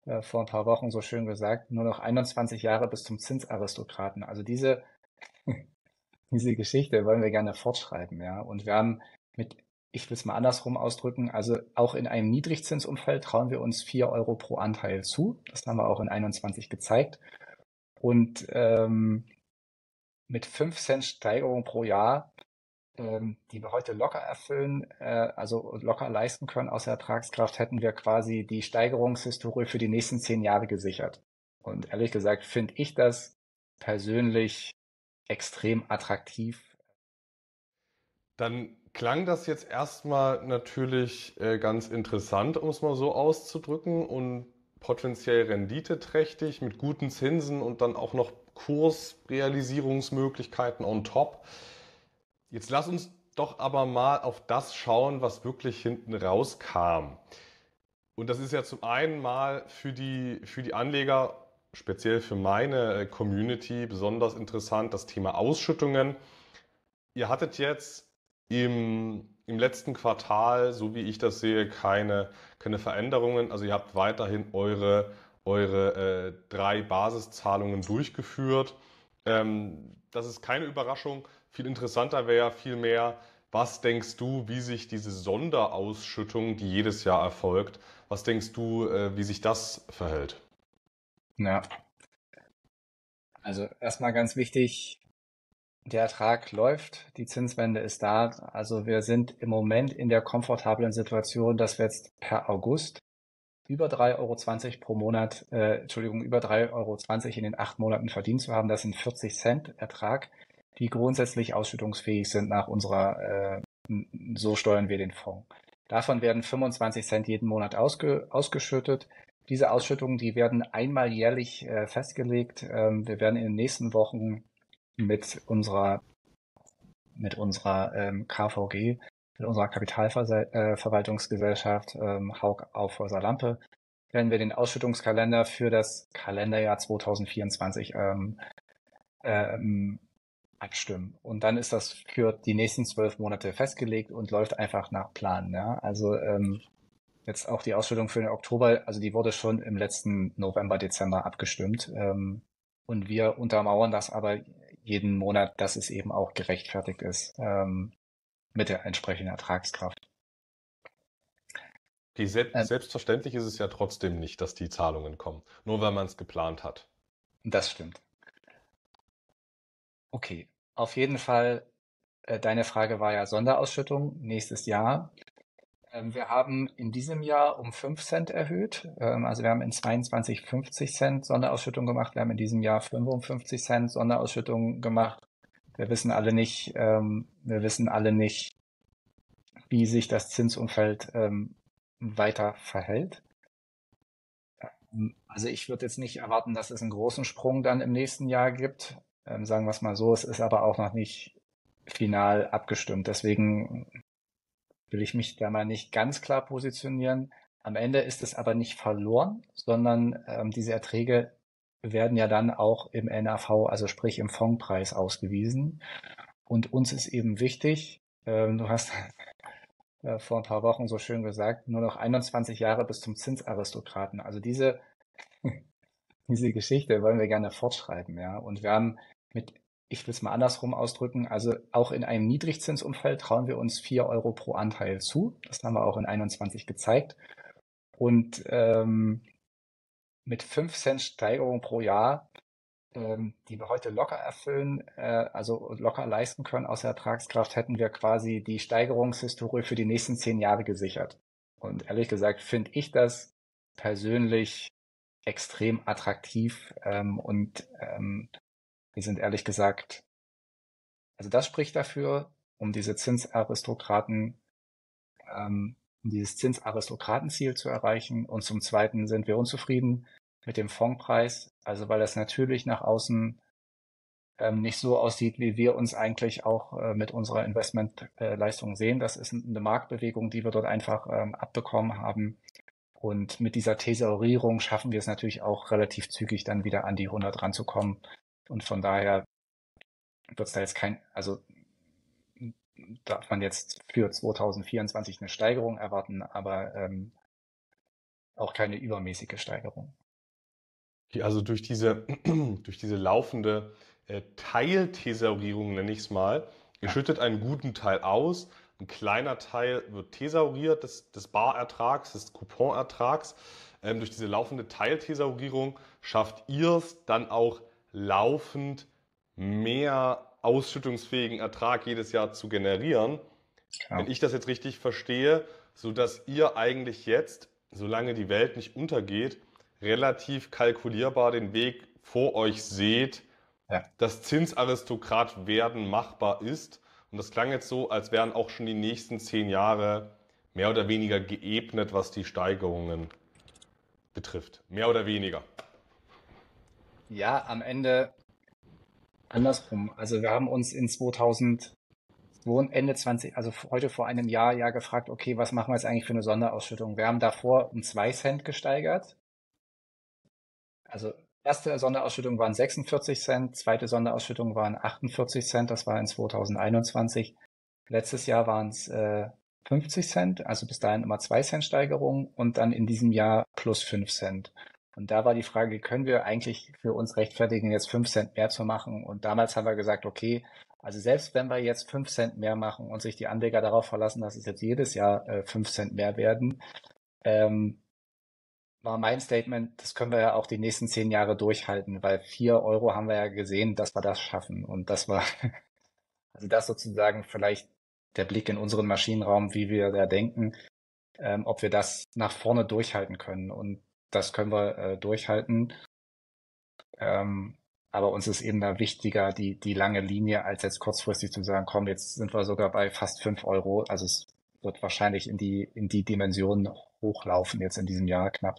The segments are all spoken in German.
vor ein paar Wochen so schön gesagt, nur noch 21 Jahre bis zum Zinsaristokraten. Also diese Geschichte wollen wir gerne fortschreiben, ja. Und wir haben mit, ich will es mal andersrum ausdrücken, also auch in einem Niedrigzinsumfeld trauen wir uns 4 Euro pro Anteil zu. Das haben wir auch in 21 gezeigt. Und mit 5 Cent Steigerung pro Jahr, die wir heute locker erfüllen, also locker leisten können aus der Ertragskraft, hätten wir quasi die Steigerungshistorie für die nächsten 10 Jahre gesichert. Und ehrlich gesagt finde ich das persönlich extrem attraktiv. Dann klang das jetzt erstmal natürlich ganz interessant, um es mal so auszudrücken, und potenziell renditeträchtig mit guten Zinsen und dann auch noch Kursrealisierungsmöglichkeiten on top. Jetzt lass uns doch aber mal auf das schauen, was wirklich hinten rauskam. Und das ist ja zum einen mal für die Anleger, speziell für meine Community, besonders interessant, das Thema Ausschüttungen. Ihr hattet jetzt im letzten Quartal, so wie ich das sehe, keine Veränderungen. Also ihr habt weiterhin eure drei Basiszahlungen durchgeführt. Das ist keine Überraschung. Viel interessanter wäre vielmehr, was denkst du, wie sich diese Sonderausschüttung, die jedes Jahr erfolgt, was denkst du, wie sich das verhält? Ja, also erstmal ganz wichtig, der Ertrag läuft, die Zinswende ist da. Also wir sind im Moment in der komfortablen Situation, dass wir jetzt per August über 3,20 € pro Monat, Entschuldigung, über 3,20 € in den 8 Monaten verdient zu haben. Das sind 40 Cent Ertrag, die grundsätzlich ausschüttungsfähig sind nach unserer, so steuern wir den Fonds. Davon werden 25 Cent jeden Monat ausgeschüttet. Diese Ausschüttungen, die werden einmal jährlich festgelegt. Wir werden in den nächsten Wochen mit unserer KVG, mit unserer Kapitalverwaltungsgesellschaft Hauck Aufhäuser Lampe, werden wir den Ausschüttungskalender für das Kalenderjahr 2024 ähm, abstimmen. Und dann ist das für die nächsten 12 Monate festgelegt und läuft einfach nach Plan. Ja? Also jetzt auch die Ausschüttung für den Oktober, also die wurde schon im letzten November, Dezember abgestimmt. Und wir untermauern das aber jeden Monat, dass es eben auch gerechtfertigt ist mit der entsprechenden Ertragskraft. Okay, Ähm, selbstverständlich ist es ja trotzdem nicht, dass die Zahlungen kommen, nur weil man es geplant hat. Das stimmt. Okay, auf jeden Fall, deine Frage war ja Sonderausschüttung nächstes Jahr. Wir haben in diesem Jahr um 5 Cent erhöht. Also wir haben in 22 50 Cent Sonderausschüttung gemacht. Wir haben in diesem Jahr 55 Cent Sonderausschüttung gemacht. Wir wissen alle nicht, wie sich das Zinsumfeld weiter verhält. Also ich würde jetzt nicht erwarten, dass es einen großen Sprung dann im nächsten Jahr gibt. Sagen wir es mal so, es ist aber auch noch nicht final abgestimmt. Deswegen will ich mich da mal nicht ganz klar positionieren. Am Ende ist es aber nicht verloren, sondern diese Erträge werden ja dann auch im NAV, also sprich im Fondpreis ausgewiesen. Und uns ist eben wichtig, du hast vor ein paar Wochen so schön gesagt, nur noch 21 Jahre bis zum Zinsaristokraten. Also diese Geschichte wollen wir gerne fortschreiben, ja. Und wir haben mit, ich will es mal andersrum ausdrücken, also auch in einem Niedrigzinsumfeld trauen wir uns 4 Euro pro Anteil zu. Das haben wir auch in 21 gezeigt. Und mit 5 Cent Steigerung pro Jahr, die wir heute locker erfüllen, also locker leisten können aus der Ertragskraft, hätten wir quasi die Steigerungshistorie für die nächsten 10 Jahre gesichert. Und ehrlich gesagt finde ich das persönlich extrem attraktiv und wir sind ehrlich gesagt, also das spricht dafür, um diese Zinsaristokraten, um dieses Zinsaristokratenziel zu erreichen. Und zum Zweiten sind wir unzufrieden mit dem Fondpreis, also weil das natürlich nach außen nicht so aussieht, wie wir uns eigentlich auch mit unserer Investmentleistung sehen. Das ist eine Marktbewegung, die wir dort einfach abbekommen haben. Und mit dieser Thesaurierung schaffen wir es natürlich auch relativ zügig dann wieder an die 100 ranzukommen. Und von daher wird es da jetzt also darf man jetzt für 2024 eine Steigerung erwarten, aber Auch keine übermäßige Steigerung. Also durch diese laufende Teilthesaurierung, nenne ich es mal, ihr Ja, schüttet einen guten Teil aus, ein kleiner Teil wird thesauriert des Barertrags, des Couponertrags. Durch diese laufende Teilthesaurierung schafft ihr es dann auch laufend mehr ausschüttungsfähigen Ertrag jedes Jahr zu generieren. Wenn genau. ich das jetzt richtig verstehe, so dass ihr eigentlich jetzt, solange die Welt nicht untergeht, relativ kalkulierbar den Weg vor euch seht, Ja. dass Zinsaristokrat werden machbar ist. Und das klang jetzt so, als wären auch schon die nächsten 10 Jahre mehr oder weniger geebnet, was die Steigerungen betrifft. Mehr oder weniger. Ja, am Ende andersrum. Also wir haben uns in 2000, Ende 20, also heute vor einem Jahr ja gefragt, okay, was machen wir jetzt eigentlich für eine Sonderausschüttung? Wir haben davor um 2 Cent gesteigert. Also erste Sonderausschüttung waren 46 Cent, zweite Sonderausschüttung waren 48 Cent, das war in 2021. Letztes Jahr waren es 50 Cent, also bis dahin immer 2 Cent Steigerung und dann in diesem Jahr plus 5 Cent. Und da war die Frage, können wir eigentlich für uns rechtfertigen, jetzt 5 Cent mehr zu machen? Und damals haben wir gesagt, okay, also selbst wenn wir jetzt 5 Cent mehr machen und sich die Anleger darauf verlassen, dass es jetzt jedes Jahr 5 Cent mehr werden, ähm, war mein Statement, das können wir ja auch die nächsten 10 Jahre durchhalten, weil 4 Euro haben wir ja gesehen, dass wir das schaffen. Und das war, also das sozusagen vielleicht der Blick in unseren Maschinenraum, wie wir da denken, ob wir das nach vorne durchhalten können. Und das können wir durchhalten. Ähm, aber uns ist eben da wichtiger, die lange Linie, als jetzt kurzfristig zu sagen, komm, jetzt sind wir sogar bei fast 5 Euro. Also es wird wahrscheinlich in die Dimension hochlaufen jetzt in diesem Jahr knapp.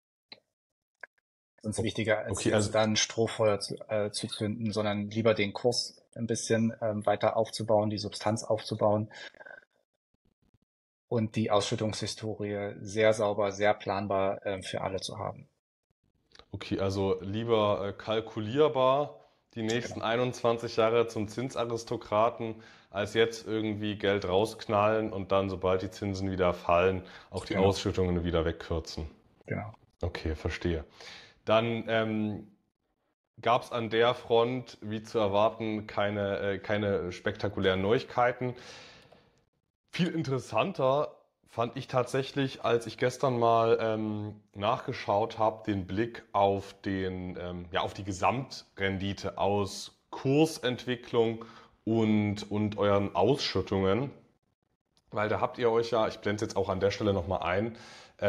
Uns wichtiger, als Okay, jetzt also dann Strohfeuer zu zünden, sondern lieber den Kurs ein bisschen weiter aufzubauen, die Substanz aufzubauen und die Ausschüttungshistorie sehr sauber, sehr planbar für alle zu haben. Okay, also lieber kalkulierbar die nächsten Genau, 21 Jahre zum Zinsaristokraten, als jetzt irgendwie Geld rausknallen und dann, sobald die Zinsen wieder fallen, auch die genau, Ausschüttungen wieder wegkürzen. genau. Okay, verstehe. Dann gab es an der Front, wie zu erwarten, keine spektakulären Neuigkeiten. Viel interessanter fand ich tatsächlich, als ich gestern mal nachgeschaut habe, den Blick auf ja, auf die Gesamtrendite aus Kursentwicklung und euren Ausschüttungen. Weil da habt ihr euch ja, ich blende es jetzt auch an der Stelle nochmal ein,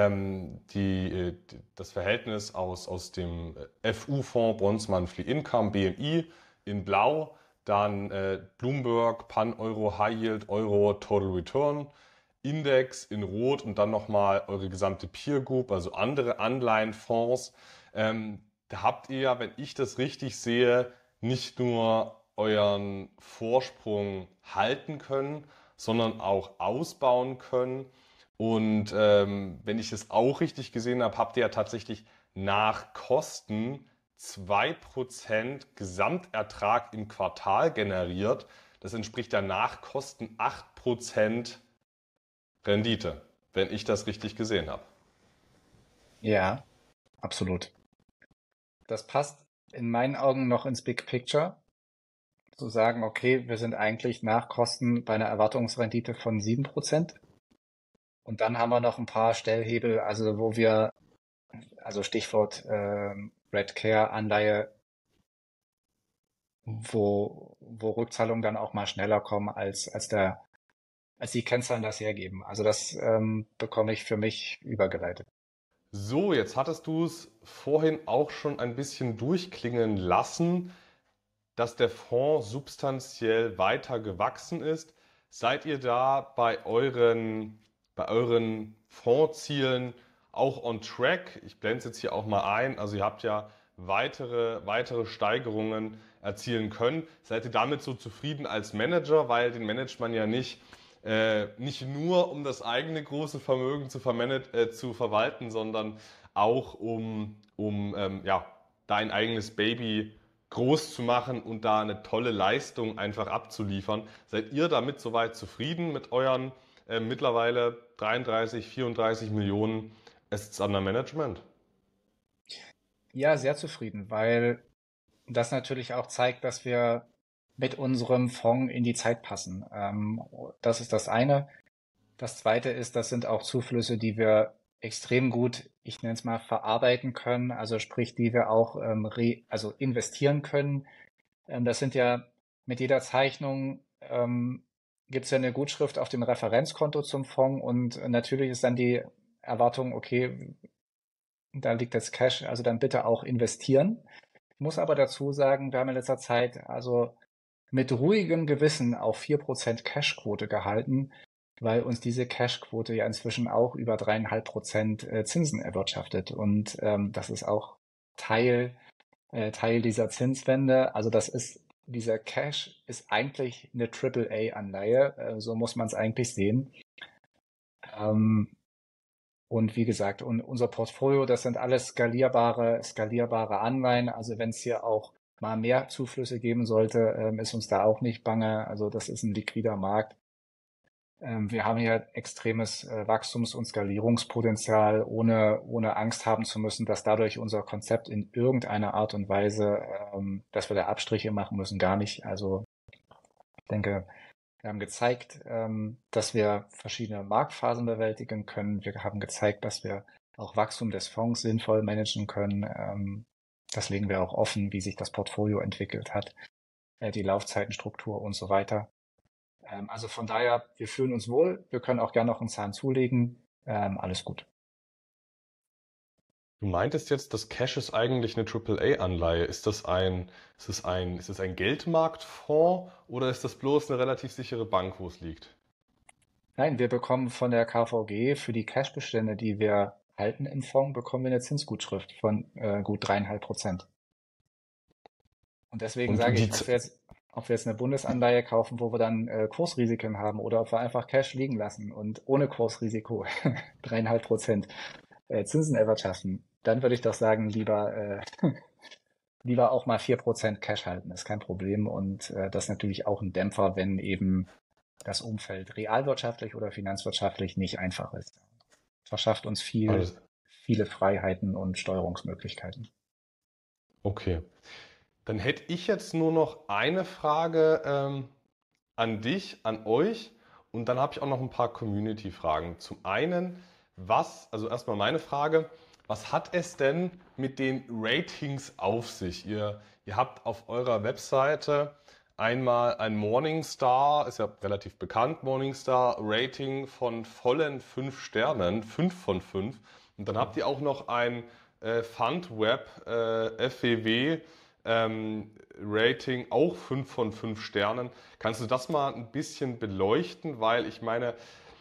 das Verhältnis aus dem FU-Fonds Bonds Monthly Income, BMI, in Blau, dann Bloomberg, Pan-Euro, High Yield, Euro, Total Return, Index in Rot und dann nochmal eure gesamte Peer Group, also andere Anleihenfonds. Da habt ihr ja, wenn ich das richtig sehe, nicht nur euren Vorsprung halten können, sondern auch ausbauen können. Und wenn ich es auch richtig gesehen habe, habt ihr ja tatsächlich nach Kosten 2% Gesamtertrag im Quartal generiert. Das entspricht ja nach Kosten 8% Rendite, wenn ich das richtig gesehen habe. Ja, absolut. Das passt in meinen Augen noch ins Big Picture, zu sagen, okay, wir sind eigentlich nach Kosten bei einer Erwartungsrendite von 7%. Und dann haben wir noch ein paar Stellhebel, also wo wir, also Stichwort Red Care Anleihe, wo Rückzahlungen dann auch mal schneller kommen als die Kennzahlen das hergeben. Also das bekomme ich für mich übergeleitet. So, jetzt hattest du es vorhin auch schon ein bisschen durchklingen lassen, dass der Fonds substanziell weiter gewachsen ist. Seid ihr da bei euren Fondszielen auch on track? Ich blende es jetzt hier auch mal ein. Also ihr habt ja weitere Steigerungen erzielen können. Seid ihr damit so zufrieden als Manager? Weil den managt man ja nicht nur, um das eigene große Vermögen zu verwalten, sondern auch um ja, dein eigenes Baby groß zu machen und da eine tolle Leistung einfach abzuliefern. Seid ihr damit soweit zufrieden mit euren mittlerweile 33, 34 Millionen Assets under Management? Ja, sehr zufrieden, weil das natürlich auch zeigt, dass wir mit unserem Fonds in die Zeit passen. Das ist das eine. Das zweite ist, das sind auch Zuflüsse, die wir extrem gut, ich nenne es mal, verarbeiten können, also sprich, die wir auch also investieren können. Das sind ja mit jeder Zeichnung gibt es ja eine Gutschrift auf dem Referenzkonto zum Fonds und natürlich ist dann die Erwartung, okay, da liegt jetzt Cash, also dann bitte auch investieren. Ich muss aber dazu sagen, wir haben in letzter Zeit also mit ruhigem Gewissen auf 4% Cashquote gehalten, weil uns diese Cashquote ja inzwischen auch über 3,5% Zinsen erwirtschaftet. Und das ist auch Teil dieser Zinswende. Also dieser Cash ist eigentlich eine AAA-Anleihe, so muss man es eigentlich sehen. Ähm, und wie gesagt, unser Portfolio, das sind alles skalierbare Anleihen. Also wenn es hier auch mal mehr Zuflüsse geben sollte, ist uns da auch nicht bange. Also das ist ein liquider Markt. Wir haben hier extremes Wachstums- und Skalierungspotenzial, ohne Angst haben zu müssen, dass dadurch unser Konzept in irgendeiner Art und Weise, dass wir da Abstriche machen müssen, gar nicht. Also ich denke, wir haben gezeigt, dass wir verschiedene Marktphasen bewältigen können. Wir haben gezeigt, dass wir auch Wachstum des Fonds sinnvoll managen können. Das legen wir auch offen, wie sich das Portfolio entwickelt hat, die Laufzeitenstruktur und so weiter. Also von daher, wir fühlen uns wohl. Wir können auch gerne noch einen Zahn zulegen. Alles gut. Du meintest jetzt, das Cash ist eigentlich eine AAA-Anleihe. Ist das ein Geldmarktfonds oder ist das bloß eine relativ sichere Bank, wo es liegt? Nein, wir bekommen von der KVG für die Cashbestände, die wir halten im Fonds, bekommen wir eine Zinsgutschrift von gut 3,5%. Und deswegen Und sage die, ich, ob wir jetzt eine Bundesanleihe kaufen, wo wir dann Kursrisiken haben, oder ob wir einfach Cash liegen lassen und ohne Kursrisiko 3,5% Zinsen erwirtschaften, dann würde ich doch sagen, lieber auch mal 4% Cash halten, ist kein Problem. Und das ist natürlich auch ein Dämpfer, wenn eben das Umfeld realwirtschaftlich oder finanzwirtschaftlich nicht einfach ist. Es verschafft uns alles, viele Freiheiten und Steuerungsmöglichkeiten. okay. Dann hätte ich jetzt nur noch eine Frage an dich, an euch und dann habe ich auch noch ein paar Community-Fragen. Zum einen, also erstmal meine Frage, was hat es denn mit den Ratings auf sich? Ihr habt auf eurer Webseite einmal ein Morningstar, ist ja relativ bekannt, Morningstar-Rating von vollen 5 Sternen, 5 von 5. Und dann habt ihr auch noch ein Fundweb FWW Rating, auch 5 von 5 Sternen. Kannst du das mal ein bisschen beleuchten? Weil ich meine,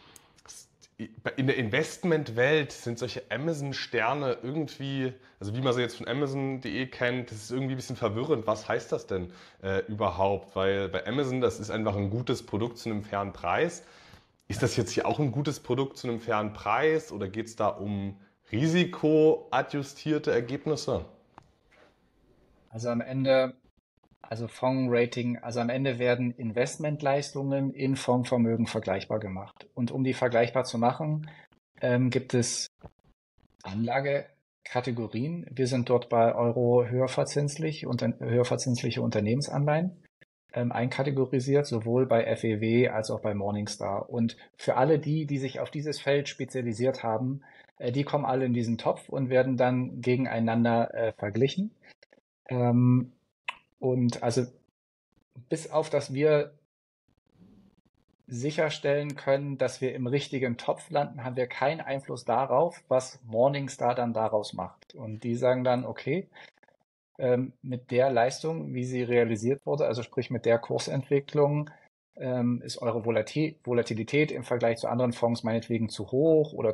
in der Investmentwelt sind solche Amazon-Sterne irgendwie, also wie man sie jetzt von Amazon.de kennt, das ist irgendwie ein bisschen verwirrend. Was heißt das denn überhaupt? Weil bei Amazon, das ist einfach ein gutes Produkt zu einem fairen Preis. Ist das jetzt hier auch ein gutes Produkt zu einem fairen Preis oder geht es da um risikoadjustierte Ergebnisse? Also am Ende, also Fondsrating, also am Ende werden Investmentleistungen in Fondsvermögen vergleichbar gemacht. Und um die vergleichbar zu machen, gibt es Anlagekategorien. Wir sind dort bei Euro höherverzinsliche Unternehmensanleihen einkategorisiert, sowohl bei FEW als auch bei Morningstar. Und für alle die sich auf dieses Feld spezialisiert haben, die kommen alle in diesen Topf und werden dann gegeneinander verglichen. Ähm, und also bis auf dass wir sicherstellen können, dass wir im richtigen Topf landen, haben wir keinen Einfluss darauf, was Morningstar dann daraus macht. Und die sagen dann, okay, mit der Leistung, wie sie realisiert wurde, also sprich mit der Kursentwicklung, ist eure Volatilität im Vergleich zu anderen Fonds meinetwegen zu hoch oder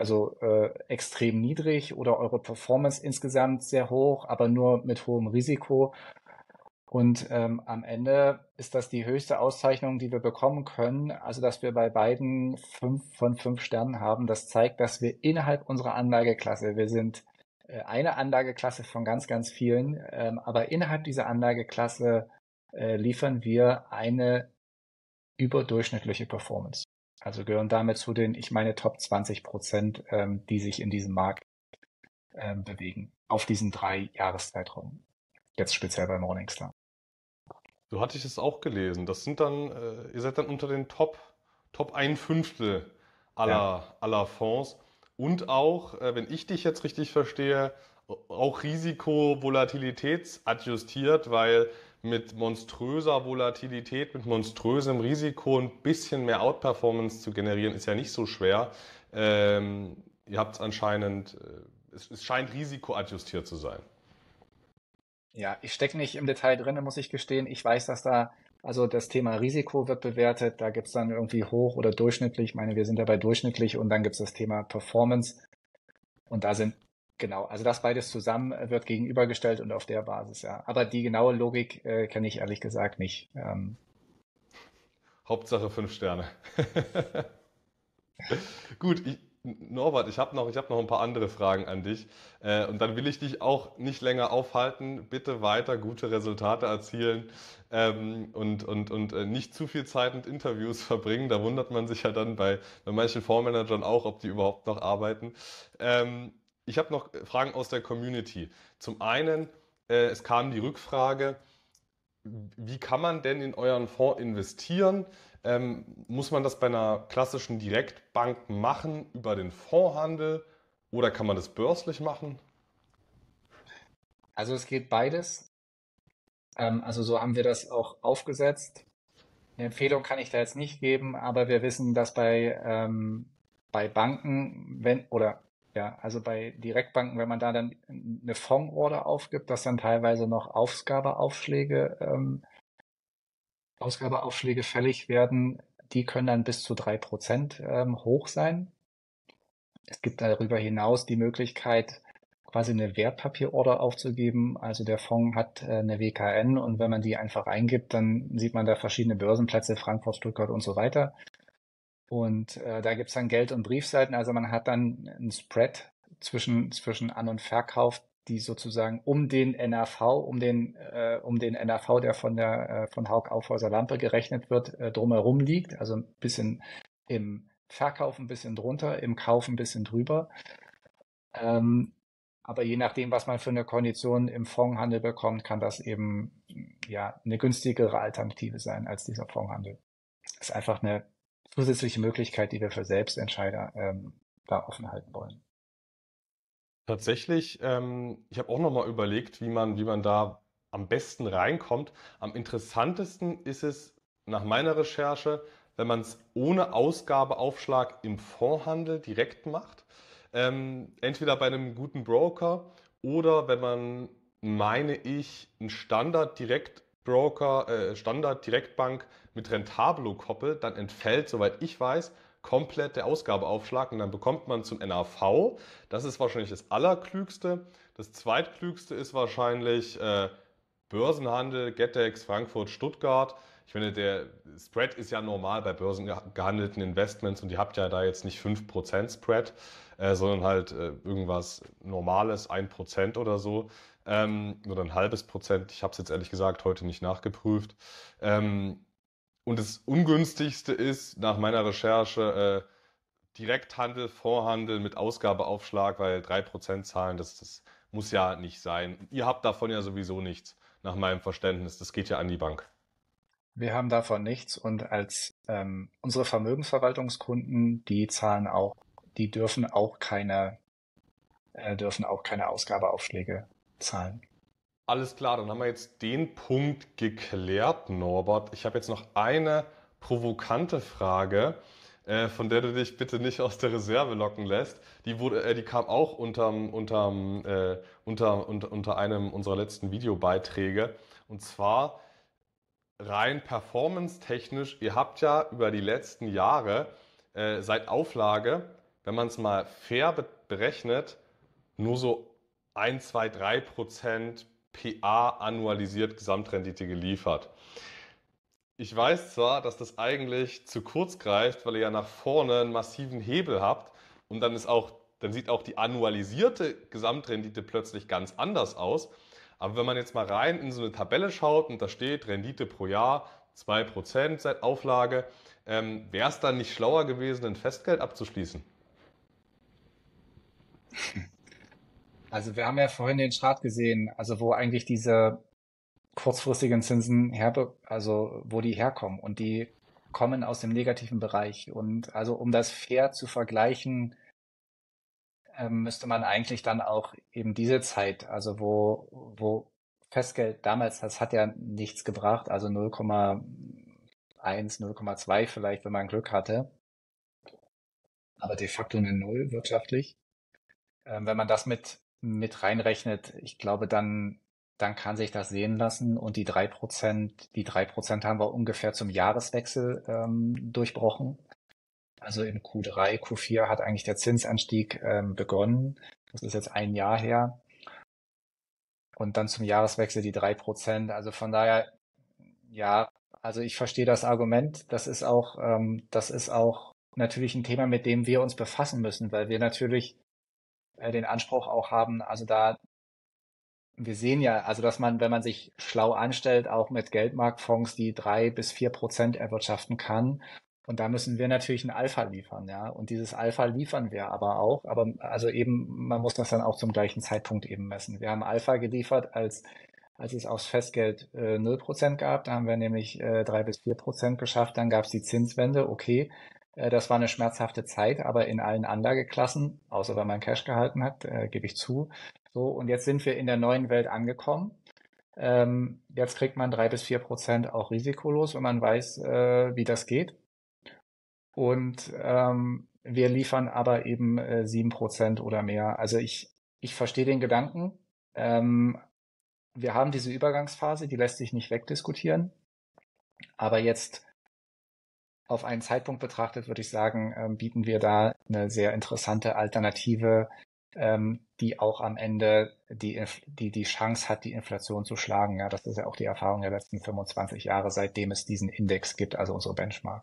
extrem niedrig oder eure Performance insgesamt sehr hoch, aber nur mit hohem Risiko. Und am Ende ist das die höchste Auszeichnung, die wir bekommen können. Also, dass wir bei beiden 5 von 5 Sternen haben. Das zeigt, dass wir innerhalb unserer Anlageklasse, wir sind eine Anlageklasse von ganz, ganz vielen, aber innerhalb dieser Anlageklasse liefern wir eine überdurchschnittliche Performance. Also gehören damit zu den, ich meine, Top 20%, die sich in diesem Markt bewegen. Auf diesen 3 Jahreszeitraum. Jetzt speziell bei Morningstar. So hatte ich es auch gelesen. Das sind dann, ihr seid dann unter den Top ein Fünftel Ja, aller Fonds. Und auch, wenn ich dich jetzt richtig verstehe, auch risikovolatilitätsadjustiert, weil mit monströser Volatilität, mit monströsem Risiko ein bisschen mehr Outperformance zu generieren, ist ja nicht so schwer. Ihr habt es anscheinend, es scheint risikoadjustiert zu sein. ja, ich stecke nicht im Detail drin, muss ich gestehen. Ich weiß, dass da, also das Thema Risiko wird bewertet. Da gibt's dann irgendwie hoch oder durchschnittlich. Ich meine, wir sind dabei durchschnittlich und dann gibt's das Thema Performance. Und da sind, genau, also das beides zusammen wird gegenübergestellt und auf der Basis, ja. Aber die genaue Logik kenne ich ehrlich gesagt nicht. Hauptsache 5 Sterne. Gut, Norbert, ich hab noch ein paar andere Fragen an dich. Und dann will ich dich auch nicht länger aufhalten. Bitte weiter gute Resultate erzielen und nicht zu viel Zeit mit Interviews verbringen. Da wundert man sich ja dann bei manchen Fondsmanagern auch, ob die überhaupt noch arbeiten. Ich habe noch Fragen aus der Community. Zum einen, es kam die Rückfrage, wie kann man denn in euren Fonds investieren? Muss man das bei einer klassischen Direktbank machen über den Fondshandel oder kann man das börslich machen? Also es geht beides. Also so haben wir das auch aufgesetzt. Eine Empfehlung kann ich da jetzt nicht geben, aber wir wissen, dass bei Banken, wenn, oder ja, also bei Direktbanken, wenn man da dann eine Fondorder aufgibt, dass dann teilweise noch Ausgabeaufschläge fällig werden. Die können dann bis zu 3% hoch sein. Es gibt darüber hinaus die Möglichkeit, quasi eine Wertpapierorder aufzugeben. Also der Fonds hat eine WKN und wenn man die einfach eingibt, dann sieht man da verschiedene Börsenplätze, Frankfurt, Stuttgart und so weiter. Und da gibt's dann Geld- und Briefseiten. Also man hat dann einen Spread zwischen An- und Verkauf, die sozusagen um den NAV, um den NAV, der von Hauck Aufhäuser Lampe gerechnet wird, drumherum liegt. Also ein bisschen im Verkauf ein bisschen drunter, im Kauf ein bisschen drüber. Ähm, aber je nachdem, was man für eine Kondition im Fondshandel bekommt, kann das eben ja eine günstigere Alternative sein als dieser Fondshandel. Das ist einfach eine zusätzliche Möglichkeit, die wir für Selbstentscheider da offen halten wollen. Tatsächlich, ich habe auch noch mal überlegt, wie man da am besten reinkommt. Am interessantesten ist es nach meiner Recherche, wenn man es ohne Ausgabeaufschlag im Fondshandel direkt macht. Entweder bei einem guten Broker oder wenn man, meine ich, einen Standard-Direktbroker, Standard-Direktbank mit Rentablo koppelt, dann entfällt, soweit ich weiß, komplett der Ausgabeaufschlag und dann bekommt man zum NAV. Das ist wahrscheinlich das Allerklügste. Das Zweitklügste ist wahrscheinlich Börsenhandel, Getex, Frankfurt, Stuttgart. Ich finde, der Spread ist ja normal bei börsengehandelten Investments und ihr habt ja da jetzt nicht 5% Spread, sondern halt irgendwas Normales, 1% oder so. Oder ein halbes Prozent. Ich habe es jetzt ehrlich gesagt heute nicht nachgeprüft. Ähm, und das Ungünstigste ist nach meiner Recherche Direkthandel, Vorhandel mit Ausgabeaufschlag, weil 3% zahlen, das muss ja nicht sein. Ihr habt davon ja sowieso nichts, nach meinem Verständnis. Das geht ja an die Bank. Wir haben davon nichts und als unsere Vermögensverwaltungskunden, die dürfen auch keine Ausgabeaufschläge zahlen. Alles klar, dann haben wir jetzt den Punkt geklärt, Norbert. Ich habe jetzt noch eine provokante Frage, von der du dich bitte nicht aus der Reserve locken lässt. Die kam auch unter einem unserer letzten Videobeiträge. Und zwar rein performance-technisch. Ihr habt ja über die letzten Jahre seit Auflage, wenn man es mal fair berechnet, nur so 1, 2, 3% PA annualisiert Gesamtrendite geliefert. Ich weiß zwar, dass das eigentlich zu kurz greift, weil ihr ja nach vorne einen massiven Hebel habt und dann sieht auch die annualisierte Gesamtrendite plötzlich ganz anders aus. Aber wenn man jetzt mal rein in so eine Tabelle schaut und da steht Rendite pro Jahr 2% seit Auflage, Wäre es dann nicht schlauer gewesen, ein Festgeld abzuschließen? Also wir haben ja vorhin den Chart gesehen, also wo eigentlich diese kurzfristigen Zinsen also wo die herkommen und die kommen aus dem negativen Bereich. Und also um das fair zu vergleichen, müsste man eigentlich dann auch eben diese Zeit, also wo Festgeld damals, das hat ja nichts gebracht, also 0,1, 0,2 vielleicht, wenn man Glück hatte, aber de facto eine Null wirtschaftlich. Wenn man das mit reinrechnet, ich glaube, dann kann sich das sehen lassen und die 3% haben wir ungefähr zum Jahreswechsel durchbrochen. Also in Q3, Q4 hat eigentlich der Zinsanstieg begonnen. Das ist jetzt ein Jahr her. Und dann zum Jahreswechsel die 3%. Also von daher, ja, also ich verstehe das Argument. Das ist auch natürlich ein Thema, mit dem wir uns befassen müssen, weil wir natürlich den Anspruch auch haben, also wir sehen ja, also dass man, wenn man sich schlau anstellt, auch mit Geldmarktfonds die 3 bis 4% erwirtschaften kann. Und da müssen wir natürlich ein Alpha liefern, ja. Und dieses Alpha liefern wir aber auch. Aber also eben, man muss das dann auch zum gleichen Zeitpunkt eben messen. Wir haben Alpha geliefert, als es aufs Festgeld 0% gab. Da haben wir nämlich 3 bis 4% geschafft. Dann gab es die Zinswende. Okay, das war eine schmerzhafte Zeit, aber in allen Anlageklassen, außer wenn man Cash gehalten hat, gebe ich zu. So, und jetzt sind wir in der neuen Welt angekommen. Jetzt kriegt man 3 bis 4% auch risikolos, wenn man weiß, wie das geht. Und wir liefern aber eben 7% oder mehr. Also ich verstehe den Gedanken. Ähm, Wir haben diese Übergangsphase, die lässt sich nicht wegdiskutieren. Aber jetzt auf einen Zeitpunkt betrachtet, würde ich sagen, bieten wir da eine sehr interessante Alternative, die auch am Ende die Chance hat, die Inflation zu schlagen. Ja, das ist ja auch die Erfahrung der letzten 25 Jahre, seitdem es diesen Index gibt, also unsere Benchmark.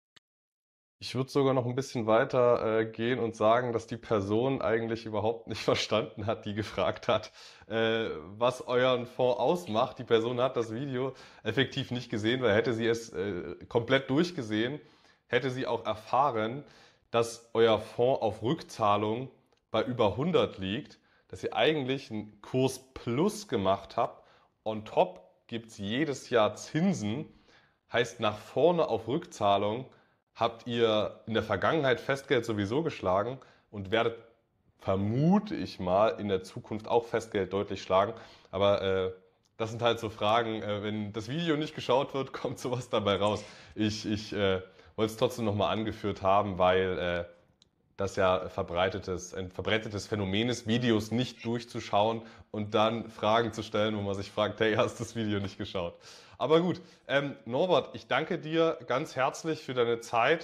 Ich würde sogar noch ein bisschen weiter gehen und sagen, dass die Person eigentlich überhaupt nicht verstanden hat, die gefragt hat, was euren Fonds ausmacht. Die Person hat das Video effektiv nicht gesehen, weil hätte sie es komplett durchgesehen, hätte sie auch erfahren, dass euer Fonds auf Rückzahlung bei über 100 liegt, dass ihr eigentlich einen Kurs Plus gemacht habt. On top gibt es jedes Jahr Zinsen, heißt nach vorne auf Rückzahlung habt ihr in der Vergangenheit Festgeld sowieso geschlagen und werdet, vermute ich mal, in der Zukunft auch Festgeld deutlich schlagen. Aber das sind halt so Fragen, wenn das Video nicht geschaut wird, kommt sowas dabei raus. Ich wollte es trotzdem nochmal angeführt haben, weil das ja ein verbreitetes Phänomen ist, Videos nicht durchzuschauen und dann Fragen zu stellen, wo man sich fragt, hey, hast du das Video nicht geschaut? Aber gut, Norbert, ich danke dir ganz herzlich für deine Zeit.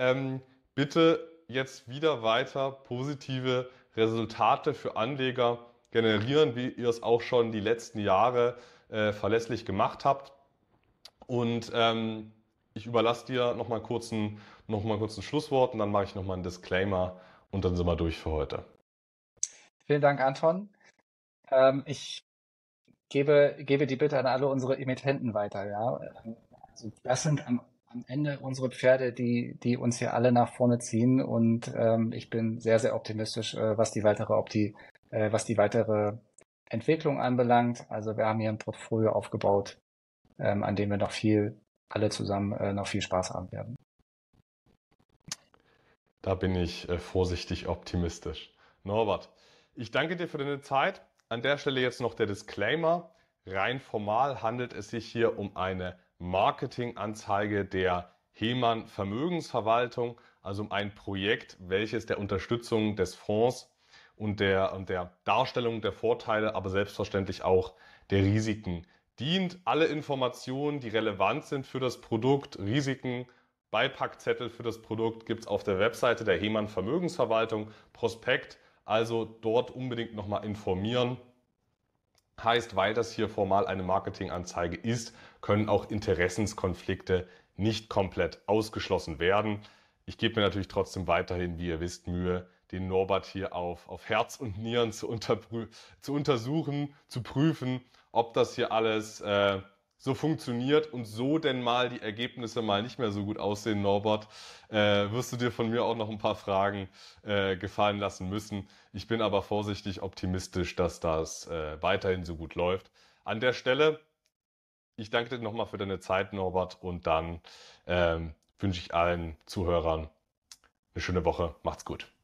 Bitte jetzt wieder weiter positive Resultate für Anleger generieren, wie ihr es auch schon die letzten Jahre verlässlich gemacht habt. Und ich überlasse dir noch mal kurz ein Schlusswort und dann mache ich noch mal einen Disclaimer und dann sind wir durch für heute. Vielen Dank, Anton. Ich gebe die Bitte an alle unsere Emittenten weiter, ja. Also das sind am Ende unsere Pferde, die uns hier alle nach vorne ziehen und ich bin sehr, sehr optimistisch, was die weitere Entwicklung anbelangt. Also wir haben hier ein Portfolio aufgebaut, an dem wir alle zusammen noch viel Spaß haben werden. Da bin ich vorsichtig optimistisch. Norbert, ich danke dir für deine Zeit. An der Stelle jetzt noch der Disclaimer. Rein formal handelt es sich hier um eine Marketinganzeige der Heman Vermögensverwaltung, also um ein Projekt, welches der Unterstützung des Fonds und der Darstellung der Vorteile, aber selbstverständlich auch der Risiken dient. Alle Informationen, die relevant sind für das Produkt, Risiken, Beipackzettel für das Produkt gibt es auf der Webseite der Heman Vermögensverwaltung, Prospekt, also dort unbedingt nochmal informieren. Heißt, weil das hier formal eine Marketinganzeige ist, können auch Interessenskonflikte nicht komplett ausgeschlossen werden. Ich gebe mir natürlich trotzdem weiterhin, wie ihr wisst, Mühe, den Norbert hier auf Herz und Nieren zu untersuchen, zu prüfen, ob das hier alles so funktioniert und so denn mal die Ergebnisse mal nicht mehr so gut aussehen, Norbert, wirst du dir von mir auch noch ein paar Fragen gefallen lassen müssen. Ich bin aber vorsichtig optimistisch, dass das weiterhin so gut läuft. An der Stelle, ich danke dir nochmal für deine Zeit, Norbert, und dann wünsche ich allen Zuhörern eine schöne Woche. Macht's gut.